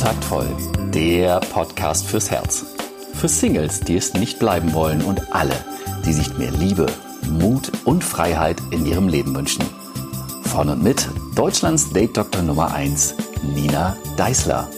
Taktvoll, der Podcast fürs Herz. Für Singles, die es nicht bleiben wollen und alle, die sich mehr Liebe, Mut und Freiheit in ihrem Leben wünschen. Von und mit Deutschlands Date-Doktor Nummer 1, Nina Deißler.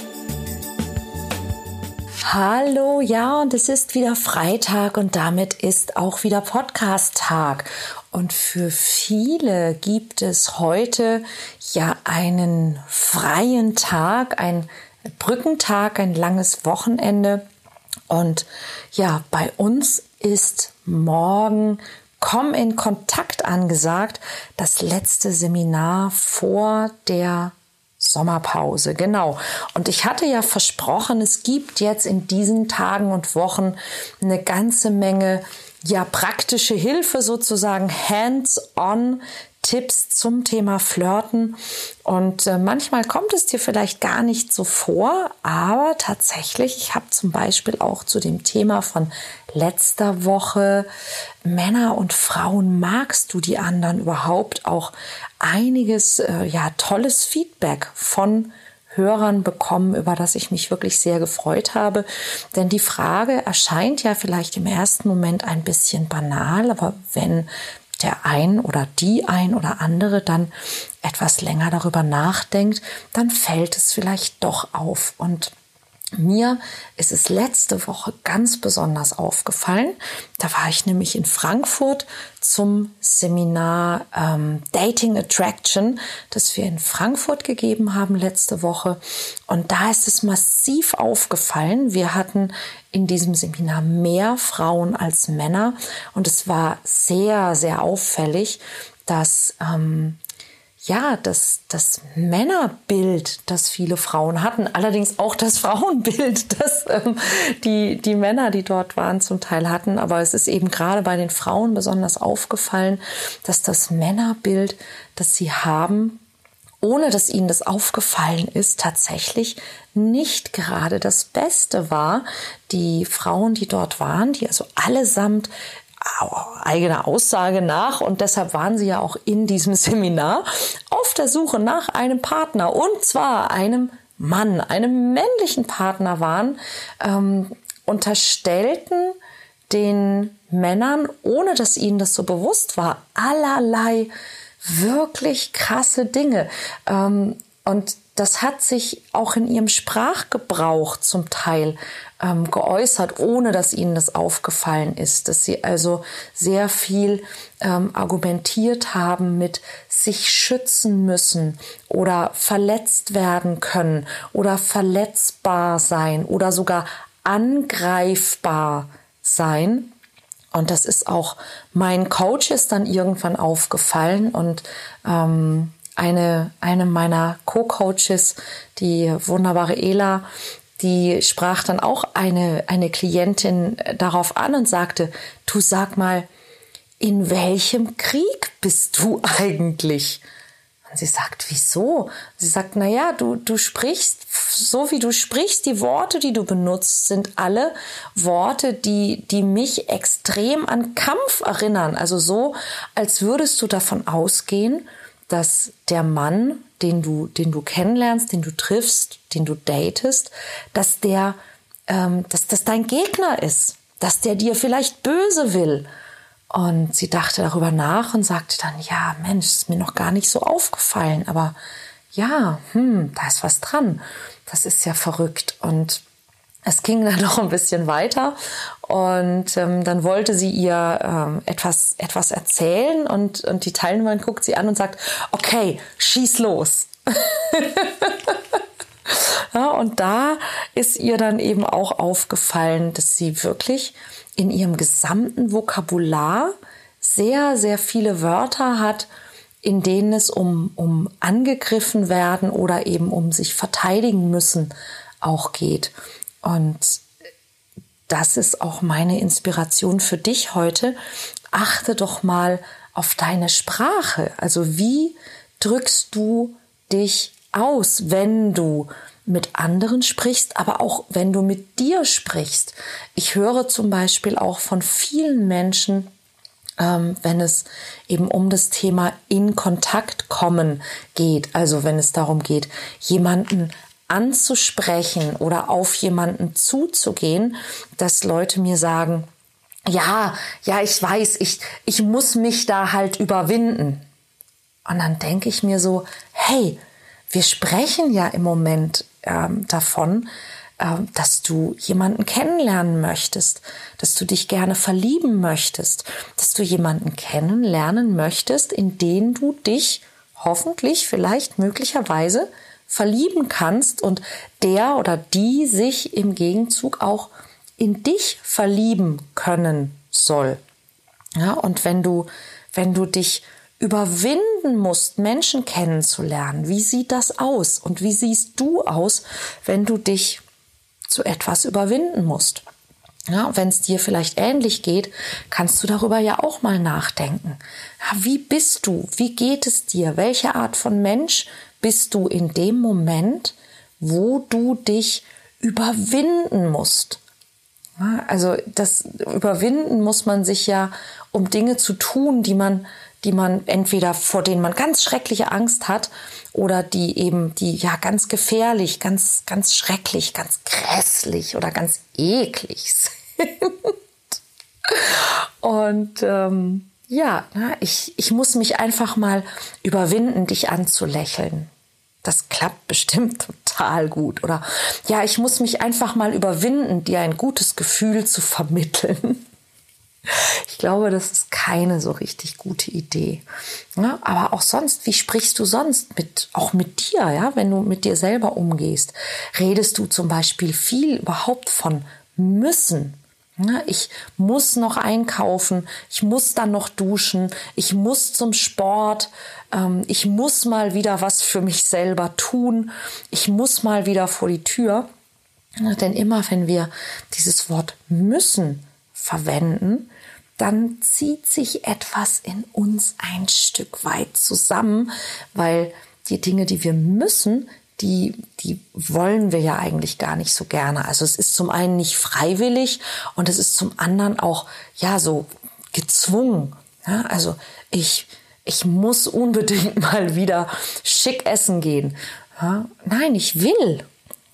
Hallo, ja, und es ist wieder Freitag und damit ist auch wieder Podcast-Tag. Und für viele gibt es heute ja einen freien Tag, ein Brückentag, ein langes Wochenende. Und ja, bei uns ist morgen Komm in Kontakt angesagt, das letzte Seminar vor der Sommerpause, genau. Und ich hatte ja versprochen, es gibt jetzt in diesen Tagen und Wochen eine ganze Menge praktische Hilfe, sozusagen hands-on Tipps zum Thema Flirten. Und manchmal kommt es dir vielleicht gar nicht so vor, aber tatsächlich, ich habe zum Beispiel auch zu dem Thema von letzter Woche, Männer und Frauen, magst du die anderen überhaupt, auch einiges tolles Feedback von Hörern bekommen, über das ich mich wirklich sehr gefreut habe. Denn die Frage erscheint ja vielleicht im ersten Moment ein bisschen banal, aber wenn der ein oder die ein oder andere dann etwas länger darüber nachdenkt, dann fällt es vielleicht doch auf. Und mir ist es letzte Woche ganz besonders aufgefallen. Da war ich nämlich in Frankfurt zum Seminar Dating Attraction, das wir in Frankfurt gegeben haben letzte Woche. Und da ist es massiv aufgefallen. Wir hatten in diesem Seminar mehr Frauen als Männer. Und es war sehr, sehr auffällig, dass das Männerbild, das viele Frauen hatten, allerdings auch das Frauenbild, das die Männer, die dort waren, zum Teil hatten. Aber es ist eben gerade bei den Frauen besonders aufgefallen, dass das Männerbild, das sie haben, ohne dass ihnen das aufgefallen ist, tatsächlich nicht gerade das Beste war. Die Frauen, die dort waren, die also allesamt eigener Aussage nach, und deshalb waren sie ja auch in diesem Seminar auf der Suche nach einem Partner, und zwar einem Mann, einem männlichen Partner waren, unterstellten den Männern, ohne dass ihnen das so bewusst war, allerlei wirklich krasse Dinge. Und das hat sich auch in ihrem Sprachgebrauch zum Teil geäußert, ohne dass ihnen das aufgefallen ist, dass sie also sehr viel argumentiert haben mit sich schützen müssen oder verletzt werden können oder verletzbar sein oder sogar angreifbar sein. Und das ist auch meinen Coaches dann irgendwann aufgefallen, und eine meiner Co-Coaches, die wunderbare Ela, die sprach dann auch eine Klientin darauf an und sagte, du, sag mal, in welchem Krieg bist du eigentlich? Und sie sagt, wieso? Sie sagt, naja, du sprichst, so wie du sprichst, die Worte, die du benutzt, sind alle Worte, die mich extrem an Kampf erinnern. Also so, als würdest du davon ausgehen, dass der Mann, den du kennenlernst, den du triffst, den du datest, dass das dein Gegner ist, dass der dir vielleicht böse will. Und sie dachte darüber nach und sagte dann, ja, Mensch, ist mir noch gar nicht so aufgefallen, aber ja, da ist was dran. Das ist ja verrückt. Und es ging dann noch ein bisschen weiter, und dann wollte sie ihr etwas erzählen, und die Teilnehmerin guckt sie an und sagt, okay, schieß los. Ja, und da ist ihr dann eben auch aufgefallen, dass sie wirklich in ihrem gesamten Vokabular sehr, sehr viele Wörter hat, in denen es um angegriffen werden oder eben um sich verteidigen müssen auch geht. Und das ist auch meine Inspiration für dich heute. Achte doch mal auf deine Sprache. Also wie drückst du dich aus, wenn du mit anderen sprichst, aber auch wenn du mit dir sprichst. Ich höre zum Beispiel auch von vielen Menschen, wenn es eben um das Thema in Kontakt kommen geht. Also wenn es darum geht, jemanden anzusprechen oder auf jemanden zuzugehen, dass Leute mir sagen, ja, ich weiß, ich muss mich da halt überwinden. Und dann denke ich mir so, hey, wir sprechen ja im Moment davon, dass du jemanden kennenlernen möchtest, dass du dich gerne verlieben möchtest, dass du jemanden kennenlernen möchtest, in den du dich hoffentlich, vielleicht, möglicherweise verlieben kannst und der oder die sich im Gegenzug auch in dich verlieben können soll. Ja, und wenn du dich überwinden musst, Menschen kennenzulernen, wie sieht das aus und wie siehst du aus, wenn du dich zu etwas überwinden musst? Ja, wenn es dir vielleicht ähnlich geht, kannst du darüber ja auch mal nachdenken. Ja, wie bist du? Wie geht es dir? Welche Art von Mensch bist du in dem Moment, wo du dich überwinden musst? Ja, also das Überwinden muss man sich ja, um Dinge zu tun, die man entweder vor denen man ganz schreckliche Angst hat oder die ja ganz gefährlich, ganz, ganz schrecklich, ganz grässlich oder ganz eklig sind. Und ich muss mich einfach mal überwinden, dich anzulächeln. Das klappt bestimmt total gut. Oder ja, ich muss mich einfach mal überwinden, dir ein gutes Gefühl zu vermitteln. Ich glaube, das ist keine so richtig gute Idee. Ja, aber auch sonst, wie sprichst du sonst auch mit dir, ja, wenn du mit dir selber umgehst? Redest du zum Beispiel viel überhaupt von müssen? Ja, ich muss noch einkaufen, ich muss dann noch duschen, ich muss zum Sport, ich muss mal wieder was für mich selber tun, ich muss mal wieder vor die Tür. Ja, denn immer, wenn wir dieses Wort müssen verwenden, dann zieht sich etwas in uns ein Stück weit zusammen, weil die Dinge, die wir müssen, die wollen wir ja eigentlich gar nicht so gerne. Also es ist zum einen nicht freiwillig und es ist zum anderen auch ja so gezwungen. Ja, also ich muss unbedingt mal wieder schick essen gehen. Ja, nein, ich will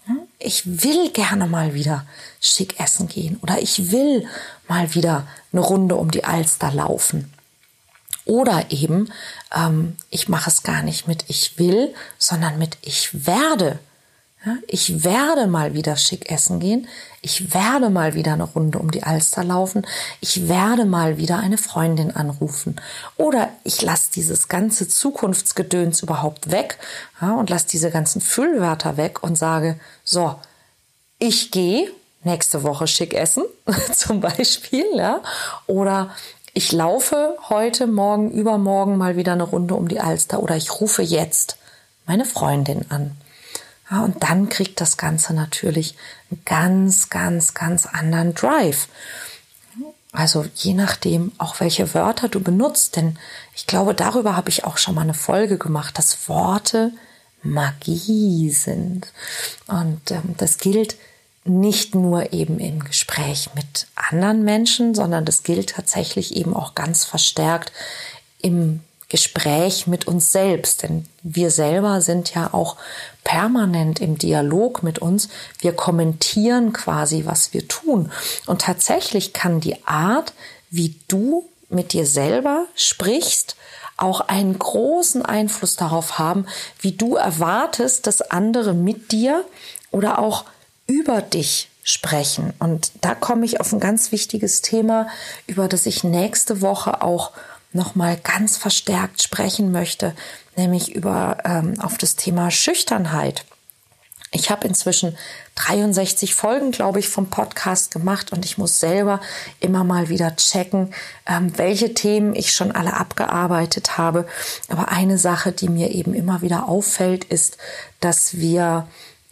gerne mal wieder schick essen gehen oder ich will mal wieder eine Runde um die Alster laufen. Oder eben, ich mache es gar nicht mit ich will, sondern mit ich werde. Ja, ich werde mal wieder schick essen gehen. Ich werde mal wieder eine Runde um die Alster laufen. Ich werde mal wieder eine Freundin anrufen. Oder ich lasse dieses ganze Zukunftsgedöns überhaupt weg, ja, und lasse diese ganzen Füllwörter weg und sage, so, ich gehe nächste Woche schick essen, zum Beispiel, ja, oder ich laufe heute, morgen, übermorgen mal wieder eine Runde um die Alster oder ich rufe jetzt meine Freundin an. Ja, und dann kriegt das Ganze natürlich einen ganz, ganz, ganz anderen Drive. Also je nachdem auch welche Wörter du benutzt, denn ich glaube, darüber habe ich auch schon mal eine Folge gemacht, dass Worte Magie sind. Und das gilt nicht nur eben im Gespräch mit anderen Menschen, sondern das gilt tatsächlich eben auch ganz verstärkt im Gespräch mit uns selbst. Denn wir selber sind ja auch permanent im Dialog mit uns. Wir kommentieren quasi, was wir tun. Und tatsächlich kann die Art, wie du mit dir selber sprichst, auch einen großen Einfluss darauf haben, wie du erwartest, dass andere mit dir oder auch über dich sprechen. Und da komme ich auf ein ganz wichtiges Thema, über das ich nächste Woche auch nochmal ganz verstärkt sprechen möchte, nämlich auf das Thema Schüchternheit. Ich habe inzwischen 63 Folgen, glaube ich, vom Podcast gemacht und ich muss selber immer mal wieder checken, welche Themen ich schon alle abgearbeitet habe. Aber eine Sache, die mir eben immer wieder auffällt, ist, dass wir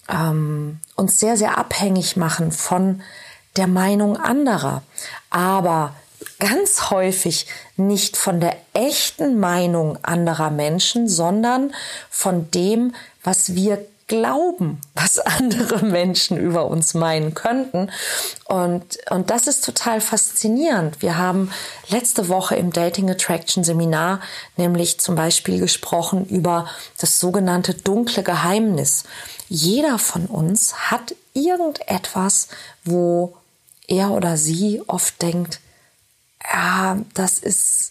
uns sehr, sehr abhängig machen von der Meinung anderer. Aber ganz häufig nicht von der echten Meinung anderer Menschen, sondern von dem, was wir glauben, was andere Menschen über uns meinen könnten. Und das ist total faszinierend. Wir haben letzte Woche im Dating Attraction Seminar nämlich zum Beispiel gesprochen über das sogenannte dunkle Geheimnis. Jeder von uns hat irgendetwas, wo er oder sie oft denkt, ja, das ist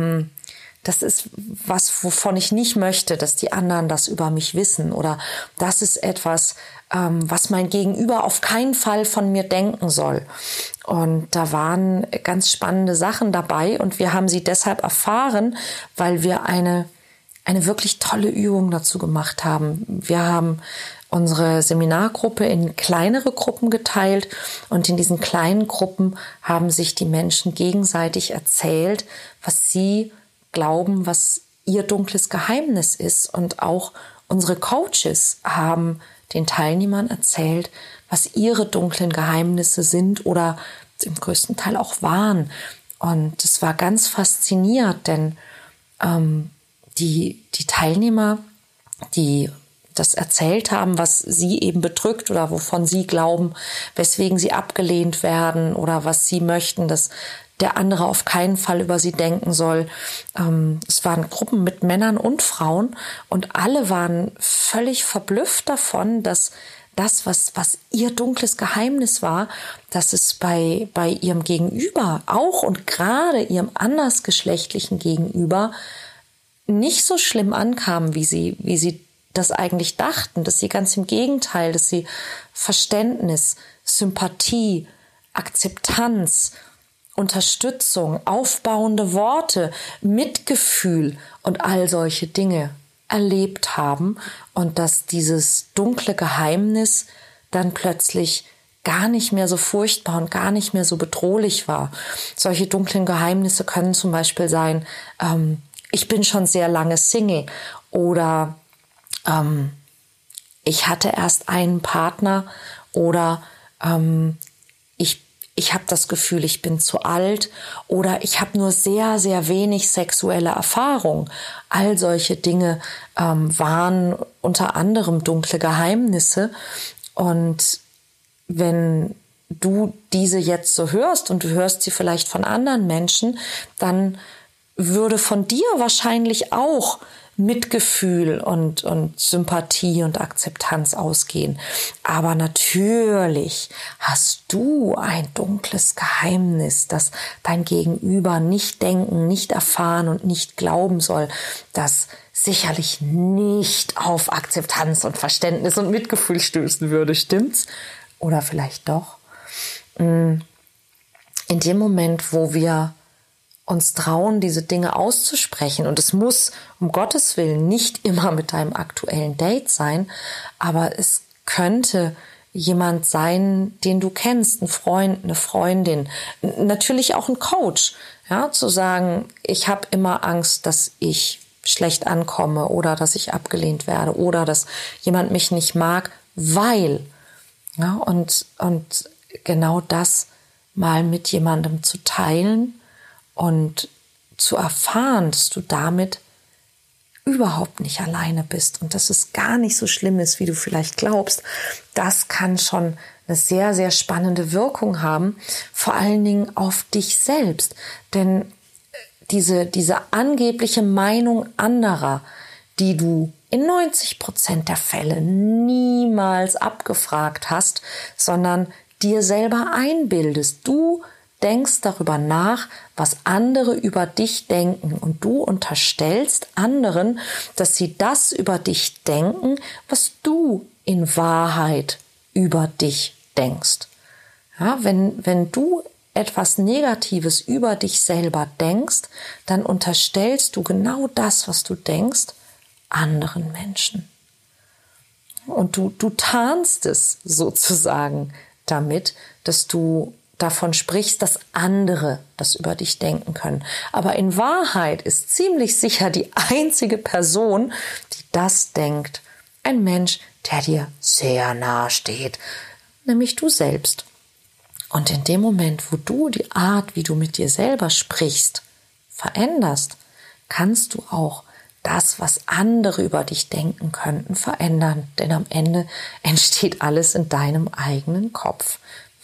was, wovon ich nicht möchte, dass die anderen das über mich wissen. Oder das ist etwas, was mein Gegenüber auf keinen Fall von mir denken soll. Und da waren ganz spannende Sachen dabei und wir haben sie deshalb erfahren, weil wir eine wirklich tolle Übung dazu gemacht haben. Wir haben unsere Seminargruppe in kleinere Gruppen geteilt und in diesen kleinen Gruppen haben sich die Menschen gegenseitig erzählt, was sie glauben, was ihr dunkles Geheimnis ist. Und auch unsere Coaches haben den Teilnehmern erzählt, was ihre dunklen Geheimnisse sind oder im größten Teil auch waren. Und es war ganz faszinierend, denn die Teilnehmer, die das erzählt haben, was sie eben bedrückt oder wovon sie glauben, weswegen sie abgelehnt werden oder was sie möchten, dass der andere auf keinen Fall über sie denken soll. Es waren Gruppen mit Männern und Frauen und alle waren völlig verblüfft davon, dass das, was ihr dunkles Geheimnis war, dass es bei ihrem Gegenüber auch und gerade ihrem andersgeschlechtlichen Gegenüber nicht so schlimm ankam, wie sie das eigentlich dachten, dass sie ganz im Gegenteil, dass sie Verständnis, Sympathie, Akzeptanz, Unterstützung, aufbauende Worte, Mitgefühl und all solche Dinge erlebt haben und dass dieses dunkle Geheimnis dann plötzlich gar nicht mehr so furchtbar und gar nicht mehr so bedrohlich war. Solche dunklen Geheimnisse können zum Beispiel sein, ich bin schon sehr lange Single oder ich hatte erst einen Partner oder ich habe das Gefühl, ich bin zu alt oder ich habe nur sehr, sehr wenig sexuelle Erfahrung. All solche Dinge waren unter anderem dunkle Geheimnisse. Und wenn du diese jetzt so hörst und du hörst sie vielleicht von anderen Menschen, dann würde von dir wahrscheinlich auch Mitgefühl und Sympathie und Akzeptanz ausgehen. Aber natürlich hast du ein dunkles Geheimnis, das dein Gegenüber nicht denken, nicht erfahren und nicht glauben soll, das sicherlich nicht auf Akzeptanz und Verständnis und Mitgefühl stößen würde. Stimmt's? Oder vielleicht doch? In dem Moment, wo wir uns trauen, diese Dinge auszusprechen. Und es muss, um Gottes Willen, nicht immer mit deinem aktuellen Date sein, aber es könnte jemand sein, den du kennst, ein Freund, eine Freundin, natürlich auch ein Coach, ja, zu sagen, ich habe immer Angst, dass ich schlecht ankomme oder dass ich abgelehnt werde oder dass jemand mich nicht mag, weil, ja, und genau das mal mit jemandem zu teilen und zu erfahren, dass du damit überhaupt nicht alleine bist und dass es gar nicht so schlimm ist, wie du vielleicht glaubst, das kann schon eine sehr, sehr spannende Wirkung haben, vor allen Dingen auf dich selbst. Denn diese angebliche Meinung anderer, die du in 90% der Fälle niemals abgefragt hast, sondern dir selber einbildest. Du denkst darüber nach, was andere über dich denken und du unterstellst anderen, dass sie das über dich denken, was du in Wahrheit über dich denkst. Ja, wenn du etwas Negatives über dich selber denkst, dann unterstellst du genau das, was du denkst, anderen Menschen. Und du tarnst es sozusagen damit, dass du davon sprichst, dass andere das über dich denken können. Aber in Wahrheit ist ziemlich sicher die einzige Person, die das denkt, ein Mensch, der dir sehr nahe steht, nämlich du selbst. Und in dem Moment, wo du die Art, wie du mit dir selber sprichst, veränderst, kannst du auch das, was andere über dich denken könnten, verändern. Denn am Ende entsteht alles in deinem eigenen Kopf.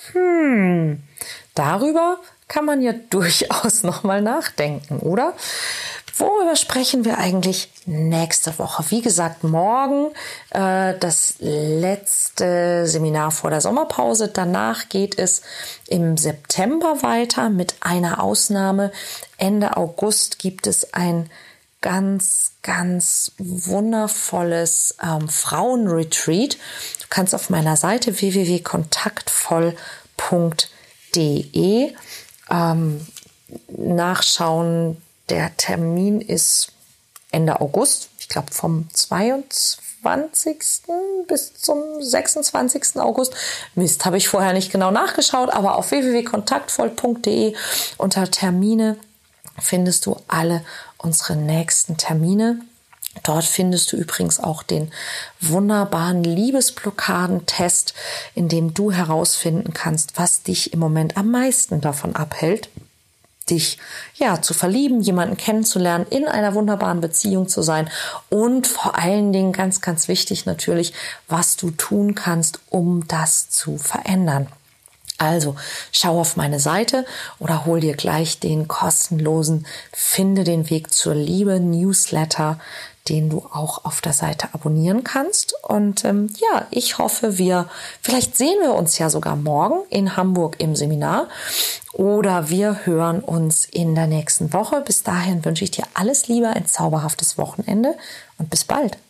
Darüber kann man ja durchaus nochmal nachdenken, oder? Worüber sprechen wir eigentlich nächste Woche? Wie gesagt, morgen das letzte Seminar vor der Sommerpause. Danach geht es im September weiter mit einer Ausnahme. Ende August gibt es ein ganz, ganz wundervolles Frauenretreat. Du kannst auf meiner Seite www.kontaktvoll.de nachschauen. Der Termin ist Ende August, ich glaube vom 22. bis zum 26. August. Mist, habe ich vorher nicht genau nachgeschaut, aber auf www.kontaktvoll.de unter Termine findest du alle unsere nächsten Termine. Dort findest du übrigens auch den wunderbaren Liebesblockaden-Test, in dem du herausfinden kannst, was dich im Moment am meisten davon abhält, dich zu verlieben, jemanden kennenzulernen, in einer wunderbaren Beziehung zu sein und vor allen Dingen ganz, ganz wichtig natürlich, was du tun kannst, um das zu verändern. Also schau auf meine Seite oder hol dir gleich den kostenlosen Finde den Weg zur Liebe Newsletter, den du auch auf der Seite abonnieren kannst. Und ich hoffe, vielleicht sehen wir uns ja sogar morgen in Hamburg im Seminar oder wir hören uns in der nächsten Woche. Bis dahin wünsche ich dir alles Liebe, ein zauberhaftes Wochenende und bis bald.